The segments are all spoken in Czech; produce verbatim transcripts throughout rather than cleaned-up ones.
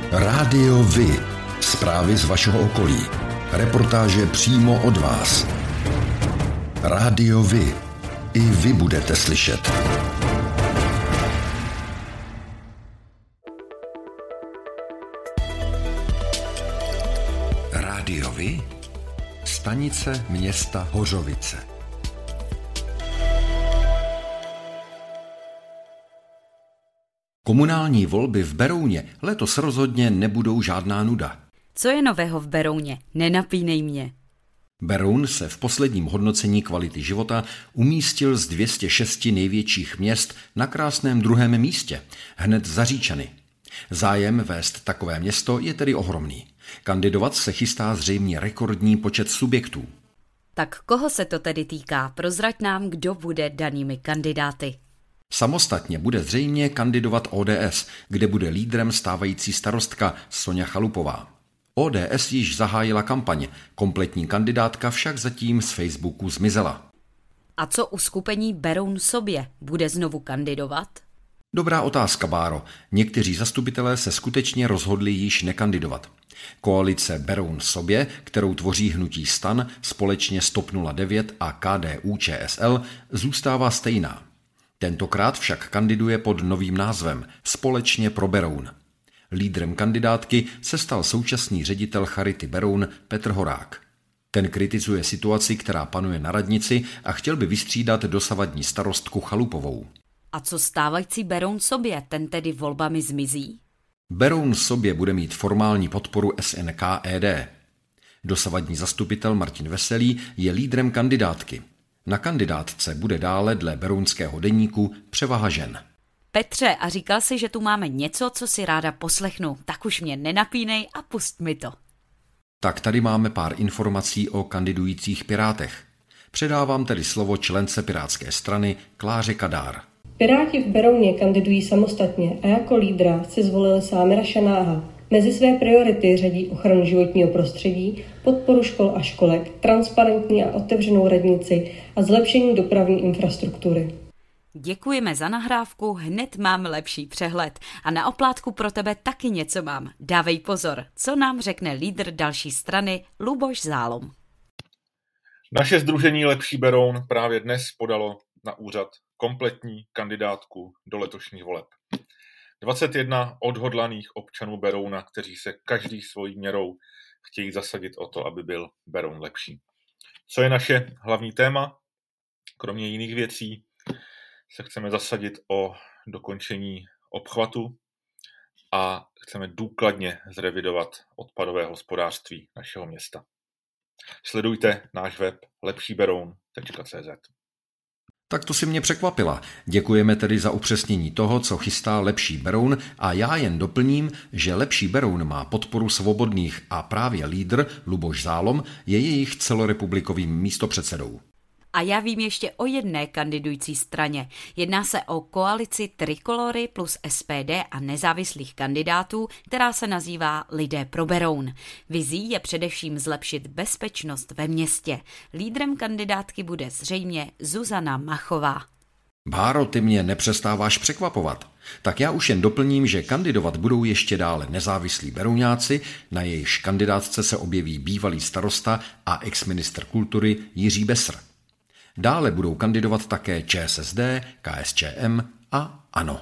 Rádio Vy. Zprávy z vašeho okolí. Reportáže přímo od vás. Rádio Vy. I vy budete slyšet. Rádio Vy. Stanice města Hořovice. Komunální volby v Berouně letos rozhodně nebudou žádná nuda. Co je nového v Berouně? Nenapínej mě. Beroun se v posledním hodnocení kvality života umístil z dvě stě šest největších měst na krásném druhém místě, hned za Říčany. Zájem vést takové město je tedy ohromný. Kandidovat se chystá zřejmě rekordní počet subjektů. Tak koho se to tedy týká? Prozrať nám, kdo bude danými kandidáty. Samostatně bude zřejmě kandidovat O D S, kde bude lídrem stávající starostka Soňa Chalupová. O D S již zahájila kampaň, kompletní kandidátka však zatím z Facebooku zmizela. A co uskupení Beroun sobě? Bude znovu kandidovat? Dobrá otázka, Báro. Někteří zastupitelé se skutečně rozhodli již nekandidovat. Koalice Beroun sobě, kterou tvoří hnutí STAN společně s TOP nula devět a K D U Č S L, zůstává stejná. Tentokrát však kandiduje pod novým názvem Společně pro Beroun. Lídrem kandidátky se stal současný ředitel Charity Beroun Petr Horák. Ten kritizuje situaci, která panuje na radnici a chtěl by vystřídat dosavadní starostku Chalupovou. A co stávající Beroun sobě, ten tedy volbami zmizí? Beroun sobě bude mít formální podporu S N K E D. Dosavadní zastupitel Martin Veselý je lídrem kandidátky. Na kandidátce bude dále dle berounského deníku převaha žen. Petře, a říkal jsi, že tu máme něco, co si ráda poslechnu. Tak už mě nenapínej a pust mi to. Tak tady máme pár informací o kandidujících pirátech. Předávám tedy slovo člence pirátské strany Kláře Kadár. Piráti v Berouně kandidují samostatně a jako lídra si zvolili Sámira Šanáha. Mezi své priority řadí ochranu životního prostředí, podporu škol a školek, transparentní a otevřenou radnici a zlepšení dopravní infrastruktury. Děkujeme za nahrávku, hned mám lepší přehled. A na oplátku pro tebe taky něco mám. Dávej pozor, co nám řekne lídr další strany Luboš Zálom. Naše sdružení Lepší Beroun právě dnes podalo na úřad kompletní kandidátku do letošních voleb. dvacet jedna odhodlaných občanů Berouna, kteří se každý svojí měrou chtějí zasadit o to, aby byl Beroun lepší. Co je naše hlavní téma? Kromě jiných věcí se chceme zasadit o dokončení obchvatu a chceme důkladně zrevidovat odpadové hospodářství našeho města. Sledujte náš web lepší beroun tečka cé zet. Tak to si mě překvapila. Děkujeme tedy za upřesnění toho, co chystá Lepší Beroun a já jen doplním, že Lepší Beroun má podporu svobodných a právě lídr Luboš Zálom je jejich celorepublikovým místopředsedou. A já vím ještě o jedné kandidující straně. Jedná se o koalici Trikolory plus S P D a nezávislých kandidátů, která se nazývá Lidé pro Beroun. Vizí je především zlepšit bezpečnost ve městě. Lídrem kandidátky bude zřejmě Zuzana Machová. Báro, ty mě nepřestáváš překvapovat. Tak já už jen doplním, že kandidovat budou ještě dále nezávislí berouňáci, na jejichž kandidátce se objeví bývalý starosta a exministr kultury Jiří Besr. Dále budou kandidovat také Č S S D, K S Č M a ANO.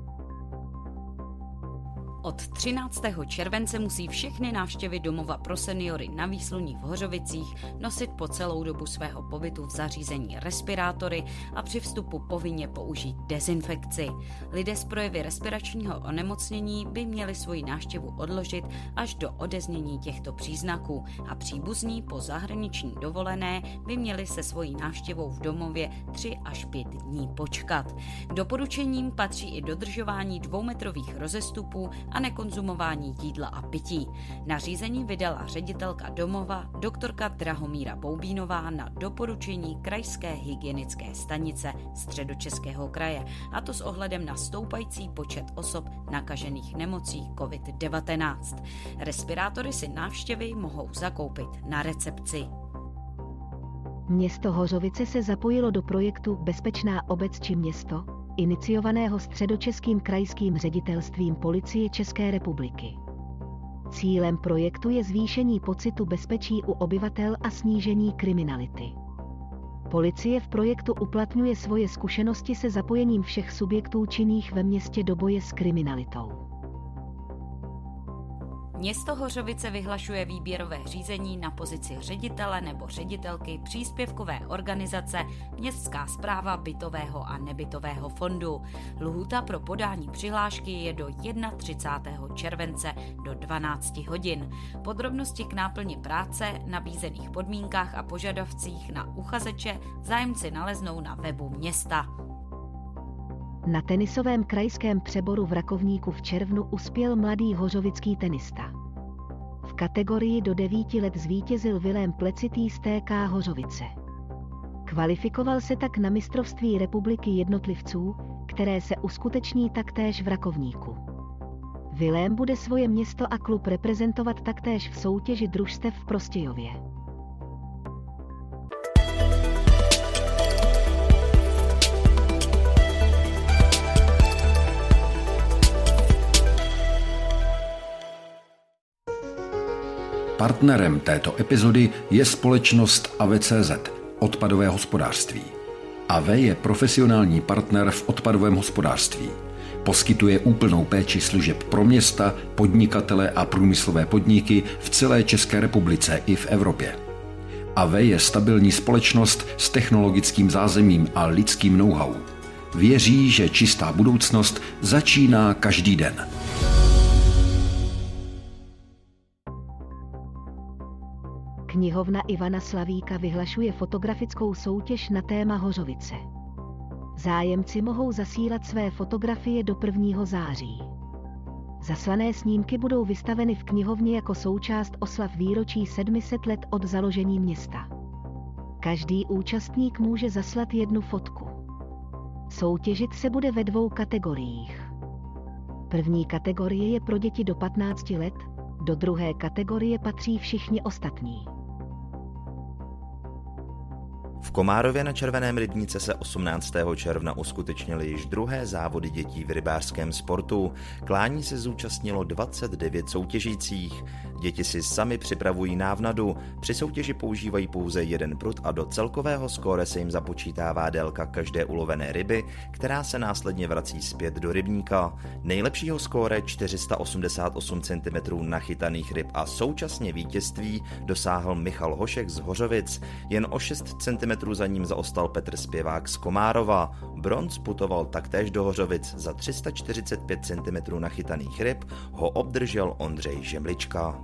Od třináctého července musí všechny návštěvy domova pro seniory na Výsluní v Hořovicích nosit po celou dobu svého pobytu v zařízení respirátory a při vstupu povinně použít dezinfekci. Lidé s projevy respiračního onemocnění by měli svoji návštěvu odložit až do odeznění těchto příznaků a příbuzní po zahraniční dovolené by měli se svojí návštěvou v domově tři až pět dní počkat. K doporučením patří i dodržování dvoumetrových rozestupů a nekonzumování jídla a pití. Nařízení vydala ředitelka domova doktorka Drahomíra Boubínová na doporučení Krajské hygienické stanice Středočeského kraje, a to s ohledem na stoupající počet osob nakažených nemocí covid devatenáct. Respirátory si návštěvy mohou zakoupit na recepci. Město Hořovice se zapojilo do projektu Bezpečná obec či město, iniciovaného Středočeským krajským ředitelstvím Policie České republiky. Cílem projektu je zvýšení pocitu bezpečí u obyvatel a snížení kriminality. Policie v projektu uplatňuje svoje zkušenosti se zapojením všech subjektů činných ve městě do boje s kriminalitou. Město Hořovice vyhlašuje výběrové řízení na pozici ředitele nebo ředitelky příspěvkové organizace Městská správa bytového a nebytového fondu. Lhůta pro podání přihlášky je do třicátého prvního července do dvanácti hodin. Podrobnosti k náplni práce, nabízených podmínkách a požadavcích na uchazeče zájemci naleznou na webu města. Na tenisovém krajském přeboru v Rakovníku v červnu uspěl mladý hořovický tenista. V kategorii do devíti let zvítězil Vilém Plecitý z T K Hořovice. Kvalifikoval se tak na mistrovství republiky jednotlivců, které se uskuteční taktéž v Rakovníku. Vilém bude svoje město a klub reprezentovat taktéž v soutěži družstev v Prostějově. Partnerem této epizody je společnost A V C Z, odpadové hospodářství. A V je profesionální partner v odpadovém hospodářství. Poskytuje úplnou péči služeb pro města, podnikatele a průmyslové podniky v celé České republice i v Evropě. A V je stabilní společnost s technologickým zázemím a lidským know-how. Věří, že čistá budoucnost začíná každý den. Knihovna Ivana Slavíka vyhlašuje fotografickou soutěž na téma Hořovice. Zájemci mohou zasílat své fotografie do prvního září. Zaslané snímky budou vystaveny v knihovně jako součást oslav výročí sedm set let od založení města. Každý účastník může zaslat jednu fotku. Soutěžit se bude ve dvou kategoriích. První kategorie je pro děti do patnácti let, do druhé kategorie patří všichni ostatní. V Komárově na Červeném rybníce se osmnáctého června uskutečnily již druhé závody dětí v rybářském sportu. Klání se zúčastnilo dvacet devět soutěžících. Děti si sami připravují návnadu, při soutěži používají pouze jeden prut a do celkového skóre se jim započítává délka každé ulovené ryby, která se následně vrací zpět do rybníka. Nejlepšího skóre čtyři sta osmdesát osm centimetrů nachytaných ryb a současně vítězství dosáhl Michal Hošek z Hořovic, jen o šest centimetrů za ním zaostal Petr Zpěvák z Komárova. Bronz putoval taktéž do Hořovic, za tři sta čtyřicet pět centimetrů nachytaných ryb ho obdržel Ondřej Žemlička.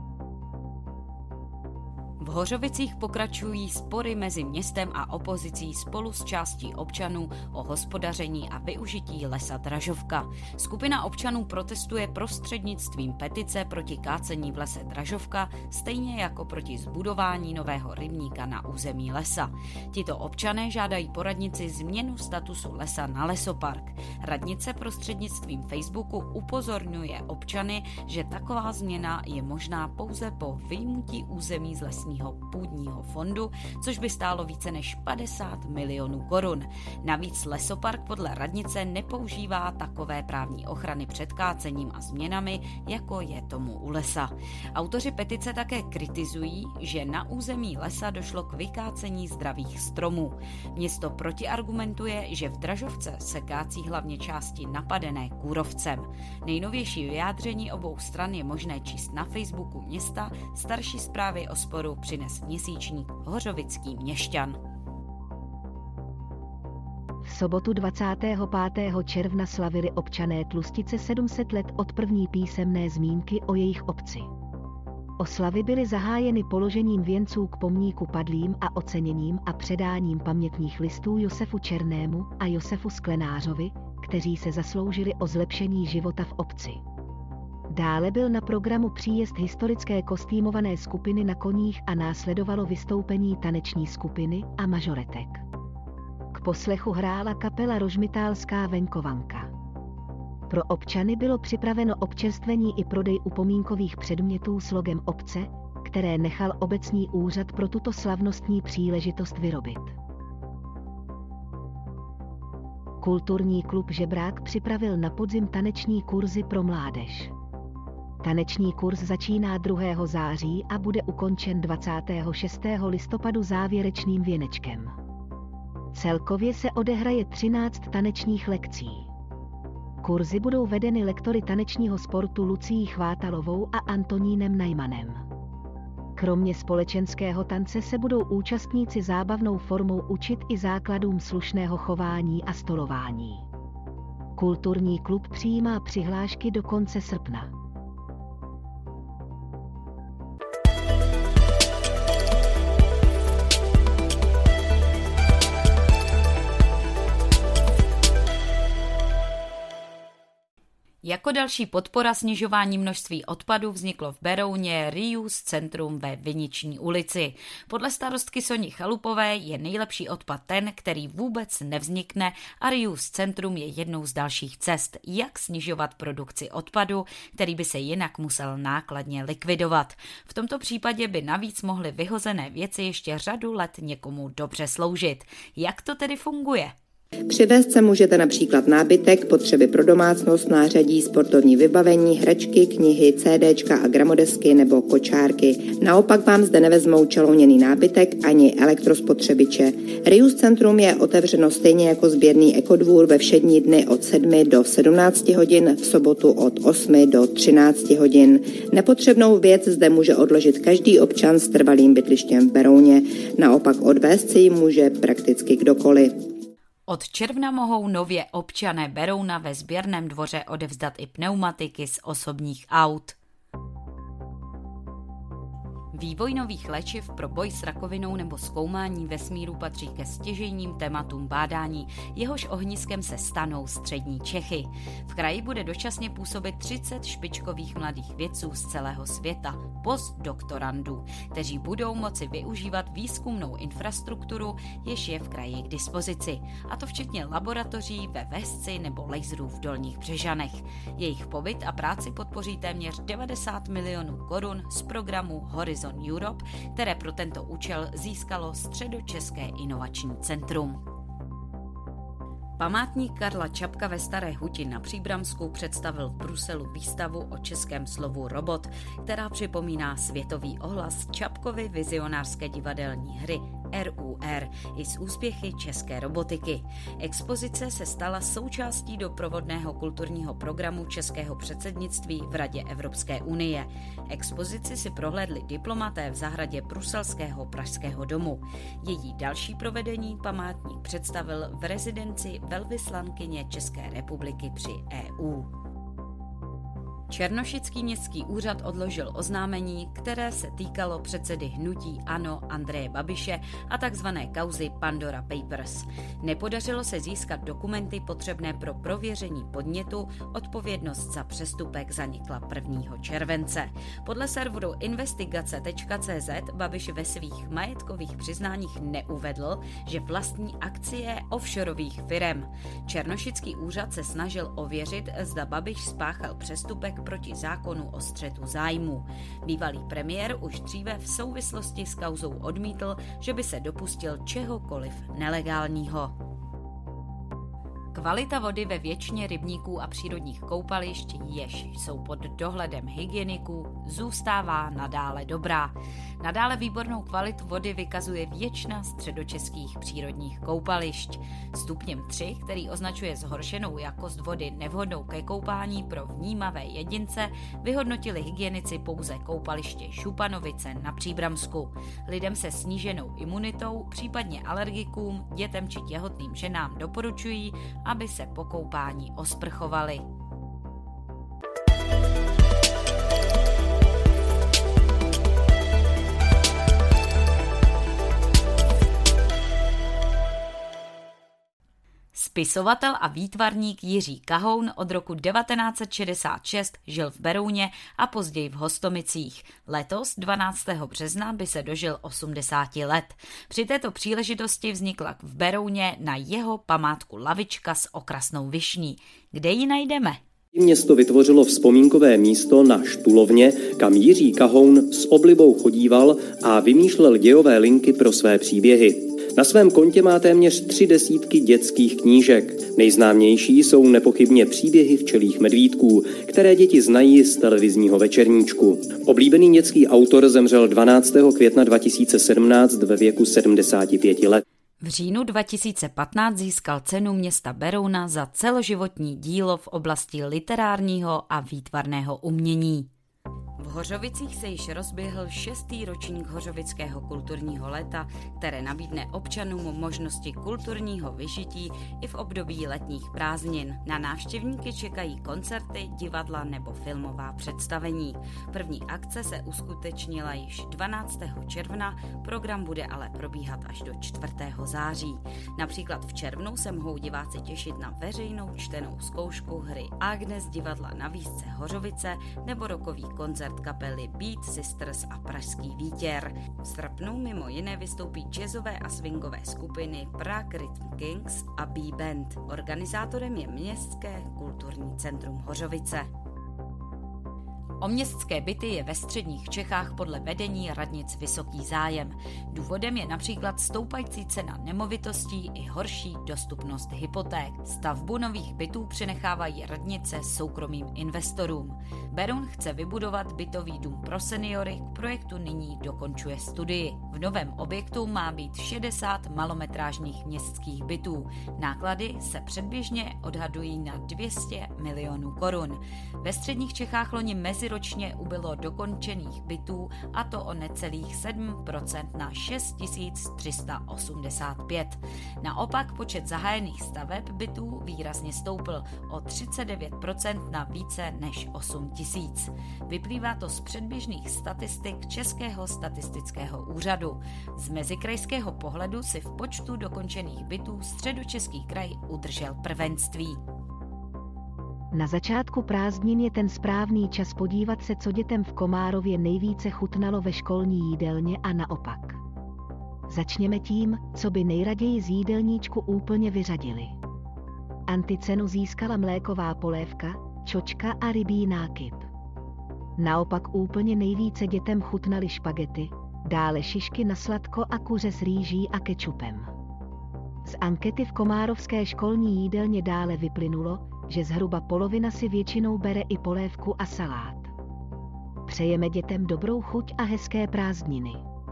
V Hořovicích pokračují spory mezi městem a opozicí spolu s částí občanů o hospodaření a využití lesa Dražovka. Skupina občanů protestuje prostřednictvím petice proti kácení v lese Dražovka, stejně jako proti zbudování nového rybníka na území lesa. Tito občané žádají poradnici změnu statusu lesa na lesopark. Radnice prostřednictvím Facebooku upozorňuje občany, že taková změna je možná pouze po vyjmutí území z lesního půdního fondu, což by stálo více než padesát milionů korun. Navíc lesopark podle radnice nepoužívá takové právní ochrany před kácením a změnami, jako je tomu u lesa. Autoři petice také kritizují, že na území lesa došlo k vykácení zdravých stromů. Město protiargumentuje, že v Dražovce se kácí hlavně části napadené kůrovcem. Nejnovější vyjádření obou stran je možné číst na Facebooku města. Starší zprávy o sporu přines měsíčník Hořovický měšťan. V sobotu dvacátého pátého června slavili občané Tlustice sedm set let od první písemné zmínky o jejich obci. Oslavy byly zahájeny položením věnců k pomníku padlým a oceněním a předáním pamětních listů Josefu Černému a Josefu Sklenářovi, kteří se zasloužili o zlepšení života v obci. Dále byl na programu příjezd historické kostýmované skupiny na koních a následovalo vystoupení taneční skupiny a mažoretek. K poslechu hrála kapela Rožmitálská venkovanka. Pro občany bylo připraveno občerstvení i prodej upomínkových předmětů s logem obce, které nechal obecní úřad pro tuto slavnostní příležitost vyrobit. Kulturní klub Žebrák připravil na podzim taneční kurzy pro mládež. Taneční kurz začíná druhého září a bude ukončen dvacátého šestého listopadu závěrečným věnečkem. Celkově se odehraje třináct tanečních lekcí. Kurzy budou vedeny lektory tanečního sportu Lucií Chvátalovou a Antonínem Najmanem. Kromě společenského tance se budou účastníci zábavnou formou učit i základům slušného chování a stolování. Kulturní klub přijímá přihlášky do konce srpna. Jako další podpora snižování množství odpadu vzniklo v Berouně Reuse centrum ve Viniční ulici. Podle starostky Soni Chalupové je nejlepší odpad ten, který vůbec nevznikne, a Reuse centrum je jednou z dalších cest, jak snižovat produkci odpadu, který by se jinak musel nákladně likvidovat. V tomto případě by navíc mohly vyhozené věci ještě řadu let někomu dobře sloužit. Jak to tedy funguje? Přivést se můžete například nábytek, potřeby pro domácnost, nářadí, sportovní vybavení, hračky, knihy, CDčka a gramodesky nebo kočárky. Naopak vám zde nevezmou čalouněný nábytek ani elektrospotřebiče. Reuse centrum je otevřeno stejně jako sběrný ekodvůr ve všední dny od sedmi do sedmnácti hodin, v sobotu od osmi do třinácti hodin. Nepotřebnou věc zde může odložit každý občan s trvalým bydlištěm v Berouně. Naopak odvést si ji může prakticky kdokoliv. Od června mohou nově občané Berouna ve sběrném dvoře odevzdat i pneumatiky z osobních aut. Vývoj nových léčiv pro boj s rakovinou nebo zkoumání vesmíru patří ke stěžejním tématům bádání, jehož ohniskem se stanou střední Čechy. V kraji bude dočasně působit třicet špičkových mladých vědců z celého světa, postdoktorandů, kteří budou moci využívat výzkumnou infrastrukturu, jež je v kraji k dispozici, a to včetně laboratoří ve Vesci nebo laserů v Dolních Břežanech. Jejich pobyt a práci podpoří téměř devadesát milionů korun z programu Horizon Europe, které pro tento účel získalo Středočeské inovační centrum. Památník Karla Čapka ve Staré Huti na Příbramsku představil v Bruselu výstavu o českém slovu robot, která připomíná světový ohlas Čapkovy vizionářské divadelní hry R U R i z úspěchy české robotiky. Expozice se stala součástí doprovodného kulturního programu českého předsednictví v Radě Evropské unie. Expozici si prohlédli diplomaté v zahradě bruselského Pražského domu. Její další provedení památník představil v rezidenci velvyslankyně České republiky při E U. Černošický městský úřad odložil oznámení, které se týkalo předsedy hnutí ANO Andreje Babiše a takzvané kauzy Pandora Papers. Nepodařilo se získat dokumenty potřebné pro prověření podnětu, odpovědnost za přestupek zanikla prvního července. Podle serveru investigace tečka cé zet Babiš ve svých majetkových přiznáních neuvedl, že vlastní akcie offshorových firem. Černošický úřad se snažil ověřit, zda Babiš spáchal přestupek proti zákonu o střetu zájmů. Bývalý premiér už dříve v souvislosti s kauzou odmítl, že by se dopustil čehokoliv nelegálního. Kvalita vody ve většině rybníků a přírodních koupališť, jež jsou pod dohledem hygieniků, zůstává nadále dobrá. Nadále výbornou kvalitu vody vykazuje většina středočeských přírodních koupališť. Stupněm tři, který označuje zhoršenou jakost vody nevhodnou ke koupání pro vnímavé jedince, vyhodnotili hygienici pouze koupaliště Šupanovice na Příbramsku. Lidem se sníženou imunitou, případně alergikům, dětem či těhotným ženám doporučují, aby se po koupání osprchovali. Spisovatel a výtvarník Jiří Kahoun od roku devatenáct set šedesát šest žil v Berouně a později v Hostomicích. Letos, dvanáctého března, by se dožil osmdesáti let. Při této příležitosti vznikla v Berouně na jeho památku lavička s okrasnou višní. Kde ji najdeme? Město vytvořilo vzpomínkové místo na Štulovně, kam Jiří Kahoun s oblibou chodíval a vymýšlel dějové linky pro své příběhy. Na svém kontě má téměř tři desítky dětských knížek. Nejznámější jsou nepochybně Příběhy včelích medvídků, které děti znají z televizního večerníčku. Oblíbený dětský autor zemřel dvanáctého května dva tisíce sedmnáct ve věku sedmdesáti pěti let. V říjnu dva tisíce patnáct získal cenu města Berouna za celoživotní dílo v oblasti literárního a výtvarného umění. V Hořovicích se již rozběhl šestý ročník Hořovického kulturního léta, které nabídne občanům možnosti kulturního vyžití i v období letních prázdnin. Na návštěvníky čekají koncerty, divadla nebo filmová představení. První akce se uskutečnila již dvanáctého června, program bude ale probíhat až do čtvrtého září. Například v červnu se mohou diváci těšit na veřejnou čtenou zkoušku hry Agnes divadla na výšce Hořovice nebo rokový koncert kapely Beat Sisters a Pražský Vítěr. V srpnu mimo jiné vystoupí jazzové a swingové skupiny Prague Rhythm Kings a B-Band. Organizátorem je Městské kulturní centrum Hořovice. O městské byty je ve středních Čechách podle vedení radnic vysoký zájem. Důvodem je například stoupající cena nemovitostí i horší dostupnost hypoték. Stavbu nových bytů přenechávají radnice soukromým investorům. Beroun chce vybudovat bytový dům pro seniory, k projektu nyní dokončuje studii. V novém objektu má být šedesát malometrážních městských bytů. Náklady se předběžně odhadují na dvě stě milionů korun. Ve středních Čechách loni mezi ročně ubylo dokončených bytů, a to o necelých sedm procent na šest tisíc tři sta osmdesát pět. Naopak počet zahájených staveb bytů výrazně stoupl o třicet devět procent na více než osm tisíc. Vyplývá to z předběžných statistik Českého statistického úřadu. Z mezikrajského pohledu si v počtu dokončených bytů Středočeský kraj udržel prvenství. Na začátku prázdnin je ten správný čas podívat se, co dětem v Komárově nejvíce chutnalo ve školní jídelně a naopak. Začněme tím, co by nejraději z jídelníčku úplně vyřadili. Anticenu získala mléková polévka, čočka a rybí nákyp. Naopak úplně nejvíce dětem chutnaly špagety, dále šišky na sladko a kuře s rýží a kečupem. Z ankety v komárovské školní jídelně dále vyplynulo, že zhruba polovina si většinou bere i polévku a salát. Přejeme dětem dobrou chuť a hezké prázdniny.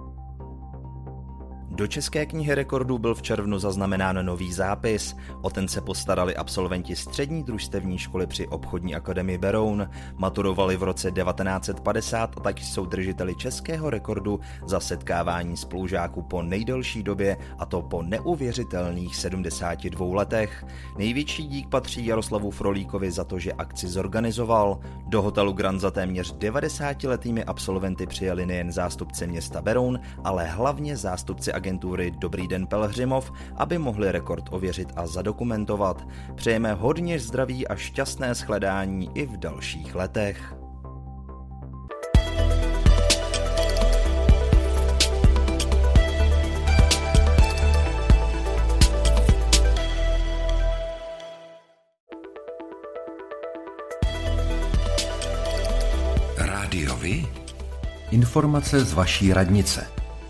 Do České knihy rekordů byl v červnu zaznamenán nový zápis. O ten se postarali absolventi střední družstevní školy při obchodní akademii Beroun. Maturovali v roce devatenáct set padesát a tak jsou držiteli českého rekordu za setkávání spolužáků po nejdelší době, a to po neuvěřitelných sedmdesáti dvou letech. Největší dík patří Jaroslavu Frolíkovi za to, že akci zorganizoval. Do hotelu Grand za téměř devadesátiletými absolventy přijeli nejen zástupci města Beroun, ale hlavně zástupci agentury Dobrý den Pelhřimov, aby mohli rekord ověřit a zadokumentovat. Přejeme hodně zdraví a šťastné shledání i v dalších letech. Rádiovi? Informace z vaší radnice.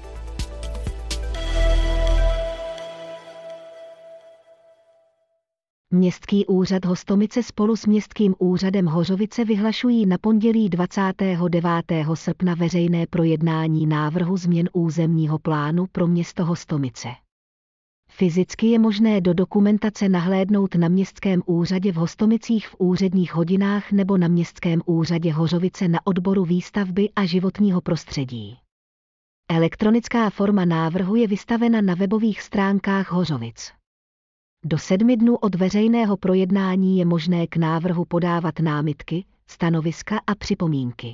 Městský úřad Hostomice spolu s Městským úřadem Hořovice vyhlašují na pondělí dvacátého devátého srpna veřejné projednání návrhu změn územního plánu pro město Hostomice. Fyzicky je možné do dokumentace nahlédnout na Městském úřadě v Hostomicích v úředních hodinách nebo na Městském úřadě Hořovice na odboru výstavby a životního prostředí. Elektronická forma návrhu je vystavena na webových stránkách Hořovic. Do sedmi dnů od veřejného projednání je možné k návrhu podávat námitky, stanoviska a připomínky.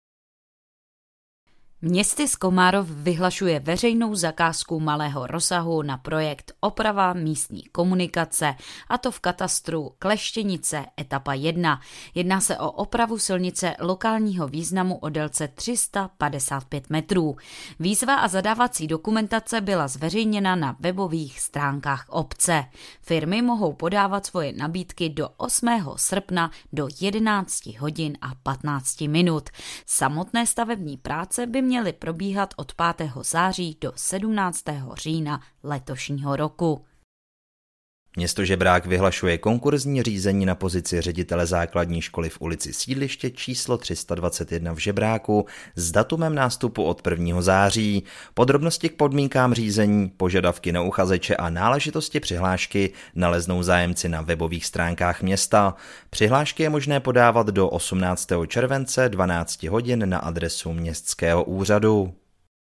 Městy Komárov vyhlašuje veřejnou zakázku malého rozsahu na projekt Oprava místní komunikace, a to v katastru Kleštěnice etapa jedna. Jedná se o opravu silnice lokálního významu o délce tři sta padesát pět metrů. Výzva a zadávací dokumentace byla zveřejněna na webových stránkách obce. Firmy mohou podávat svoje nabídky do osmého srpna do jedenácti hodin a patnácti minut. Samotné stavební práce by měly měly probíhat od pátého září do sedmnáctého října letošního roku. Město Žebrák vyhlašuje konkurzní řízení na pozici ředitele základní školy v ulici Sídliště číslo tři sta dvacet jedna v Žebráku s datumem nástupu od prvního září. Podrobnosti k podmínkám řízení, požadavky na uchazeče a náležitosti přihlášky naleznou zájemci na webových stránkách města. Přihlášky je možné podávat do osmnáctého července dvanáct hodin na adresu městského úřadu.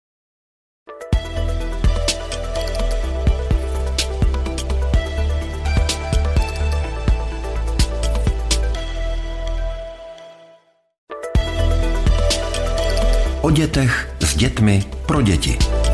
O dětech, s dětmi, pro děti.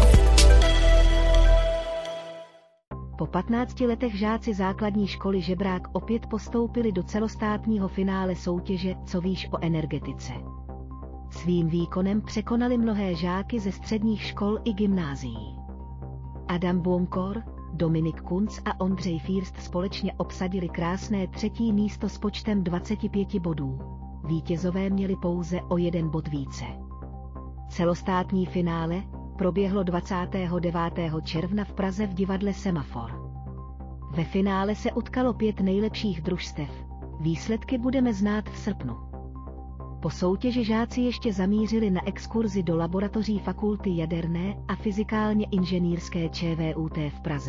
Po patnácti letech žáci základní školy Žebrák opět postoupili do celostátního finále soutěže Co víš o energetice. Svým výkonem překonali mnohé žáky ze středních škol i gymnázií. Adam Buonkor, Dominik Kunc a Ondřej Fírst společně obsadili krásné třetí místo s počtem dvacet pět bodů. Vítězové měli pouze o jeden bod více. Celostátní finále proběhlo dvacátého devátého června v Praze v divadle Semafor. Ve finále se utkalo pět nejlepších družstev. Výsledky budeme znát v srpnu. Po soutěži žáci ještě zamířili na exkurzi do laboratoří Fakulty jaderné a fyzikálně inženýrské ČVUT v Praze.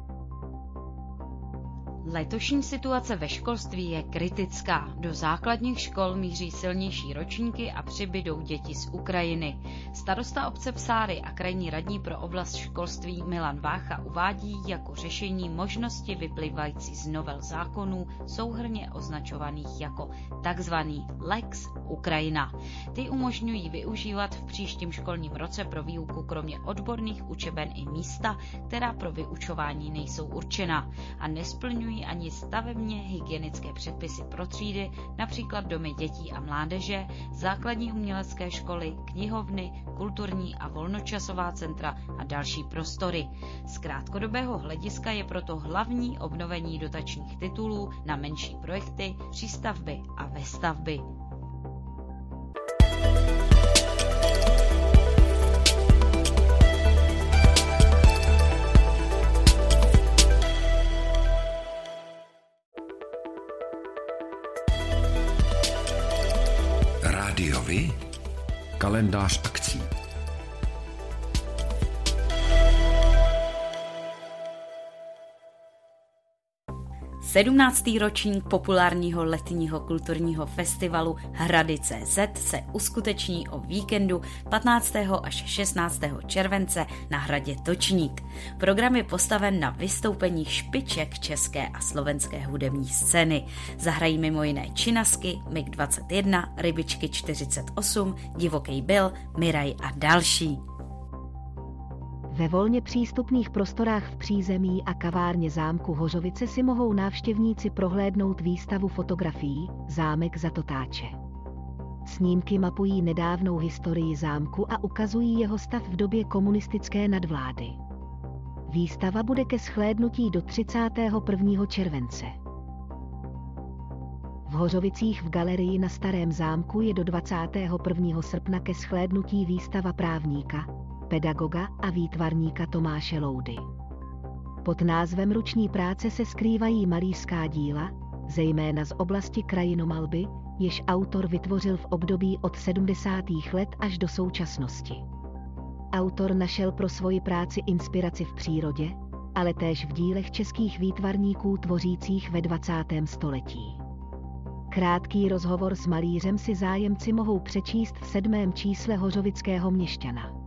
Letošní situace ve školství je kritická. Do základních škol míří silnější ročníky a přibydou děti z Ukrajiny. Starosta obce Psáry a krajní radní pro oblast školství Milan Vácha uvádí jako řešení možnosti vyplývající z novel zákonů souhrnně označovaných jako takzvaný Lex Ukrajina. Ty umožňují využívat v příštím školním roce pro výuku kromě odborných učeben i místa, která pro vyučování nejsou určena a nesplňují ani stavebně hygienické předpisy pro třídy, například domy dětí a mládeže, základní umělecké školy, knihovny, kulturní a volnočasová centra a další prostory. Z krátkodobého hlediska je proto hlavní obnovení dotačních titulů na menší projekty, přístavby a vestavby. Rádiovi kalendář akcí. sedmnáctý ročník populárního letního kulturního festivalu Hrady tečka cé zet se uskuteční o víkendu patnáctého až šestnáctého července na hradě Točník. Program je postaven na vystoupení špiček české a slovenské hudební scény. Zahrají mimo jiné Činasky, Mig dvacet jedna, Rybičky čtyřicet osm, Divoký Bill, Miraj a další. Ve volně přístupných prostorách v přízemí a kavárně zámku Hořovice si mohou návštěvníci prohlédnout výstavu fotografií Zámek za Totáče. Snímky mapují nedávnou historii zámku a ukazují jeho stav v době komunistické nadvlády. Výstava bude ke shlédnutí do třicátého prvního července. V Hořovicích v galerii na Starém zámku je do dvacátého prvního srpna ke shlédnutí výstava právníka, pedagoga a výtvarníka Tomáše Loudy. Pod názvem Ruční práce se skrývají malířská díla, zejména z oblasti krajinomalby, jež autor vytvořil v období od sedmdesátých let až do současnosti. Autor našel pro svoji práci inspiraci v přírodě, ale též v dílech českých výtvarníků tvořících ve dvacátém století. Krátký rozhovor s malířem si zájemci mohou přečíst v sedmém čísle Hořovického měšťana.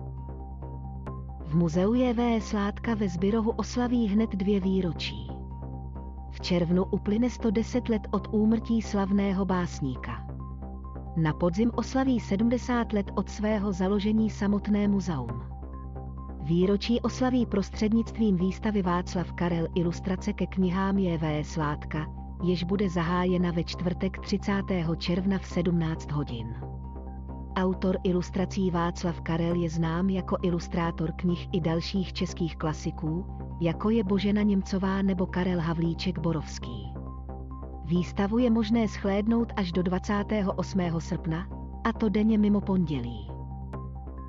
V muzeu J V Sládka ve Zbyrohu oslaví hned dvě výročí. V červnu uplyne sto deset let od úmrtí slavného básníka. Na podzim oslaví sedmdesát let od svého založení samotné muzeum. Výročí oslaví prostřednictvím výstavy Václav Karel ilustrace ke knihám J V Sládka, jež bude zahájena ve čtvrtek třicátého června v sedmnáct hodin. Autor ilustrací Václav Karel je znám jako ilustrátor knih i dalších českých klasiků, jako je Božena Němcová nebo Karel Havlíček Borovský. Výstavu je možné shlédnout až do dvacátého osmého srpna, a to denně mimo pondělí.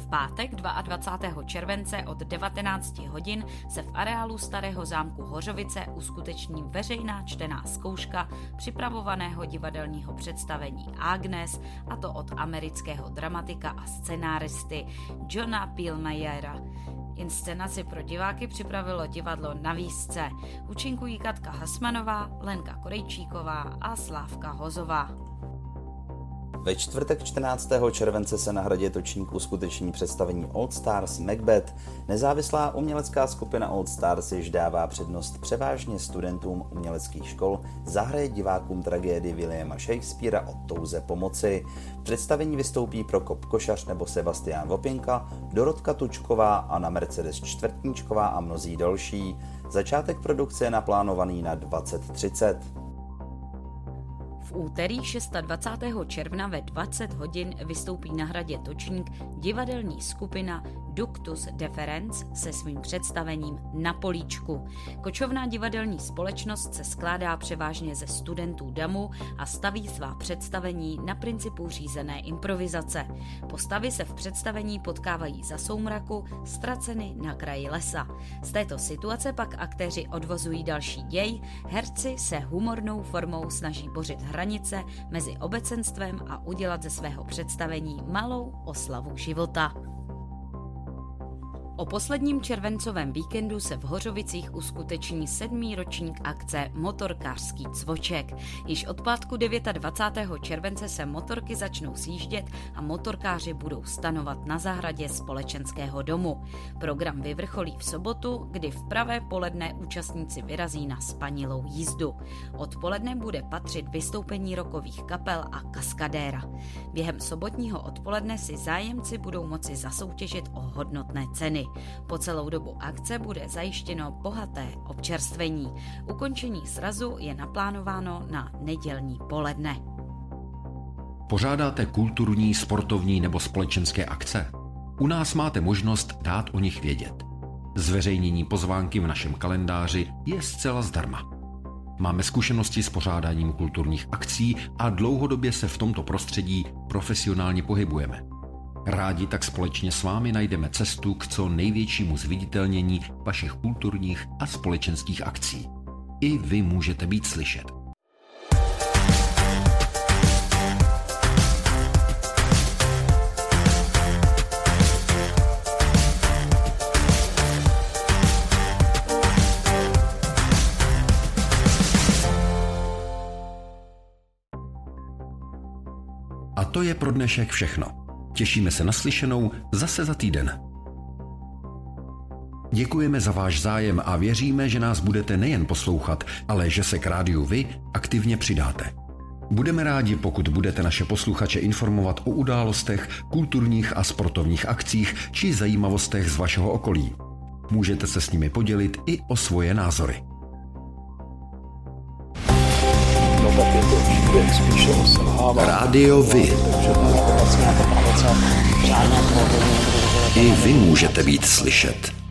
V pátek dvacátého druhého července od devatenácti hodin se v areálu Starého zámku Hořovice uskuteční veřejná čtená zkouška připravovaného divadelního představení Agnes, a to od amerického dramatika a scenáristy Johna Pillmayera. Inscenaci pro diváky připravilo divadlo Na výzce. Účinkují Katka Hasmanová, Lenka Korejčíková a Slávka Hozová. Ve čtvrtek čtrnáctého července se na hradě Točník uskuteční představení Old Stars Macbeth. Nezávislá umělecká skupina Old Stars, jež dává přednost převážně studentům uměleckých škol, zahraje divákům tragédii Williama Shakespearea o touze pomoci. V představení vystoupí Prokop Košař nebo Sebastián Vopěnka, Dorotka Tučková, Anna Mercedes Čtvrtníčková a mnozí další. Začátek produkce je naplánovaný na dvacet třicet. V úterý dvacátého šestého června ve dvacet hodin vystoupí na hradě Točník divadelní skupina Ductus Deferens se svým představením Na políčku. Kočovná divadelní společnost se skládá převážně ze studentů damu a staví svá představení na principu řízené improvizace. Postavy se v představení potkávají za soumraku, ztraceny na kraji lesa. Z této situace pak aktéři odvozují další děj, herci se humornou formou snaží bořit hranice mezi obecenstvem a udělat ze svého představení malou oslavu života. O posledním červencovém víkendu se v Hořovicích uskuteční sedmý ročník akce Motorkářský cvoček. Již od pátku dvacátého devátého července se motorky začnou sjíždět a motorkáři budou stanovat na zahradě společenského domu. Program vyvrcholí v sobotu, kdy v pravé poledne účastníci vyrazí na spanilou jízdu. Odpoledne bude patřit vystoupení rockových kapel a kaskadéra. Během sobotního odpoledne si zájemci budou moci zasoutěžit o hodnotné ceny. Po celou dobu akce bude zajištěno bohaté občerstvení. Ukončení srazu je naplánováno na nedělní poledne. Pořádáte kulturní, sportovní nebo společenské akce? U nás máte možnost dát o nich vědět. Zveřejnění pozvánky v našem kalendáři je zcela zdarma. Máme zkušenosti s pořádáním kulturních akcí a dlouhodobě se v tomto prostředí profesionálně pohybujeme. Rádi tak společně s vámi najdeme cestu k co největšímu zviditelnění vašich kulturních a společenských akcí. I vy můžete být slyšet. A to je pro dnešek všechno. Těšíme se na slyšenou zase za týden. Děkujeme za váš zájem a věříme, že nás budete nejen poslouchat, ale že se k rádiu vy aktivně přidáte. Budeme rádi, pokud budete naše posluchače informovat o událostech, kulturních a sportovních akcích či zajímavostech z vašeho okolí. Můžete se s nimi podělit i o svoje názory. Rádio Vy. I vy můžete být slyšet.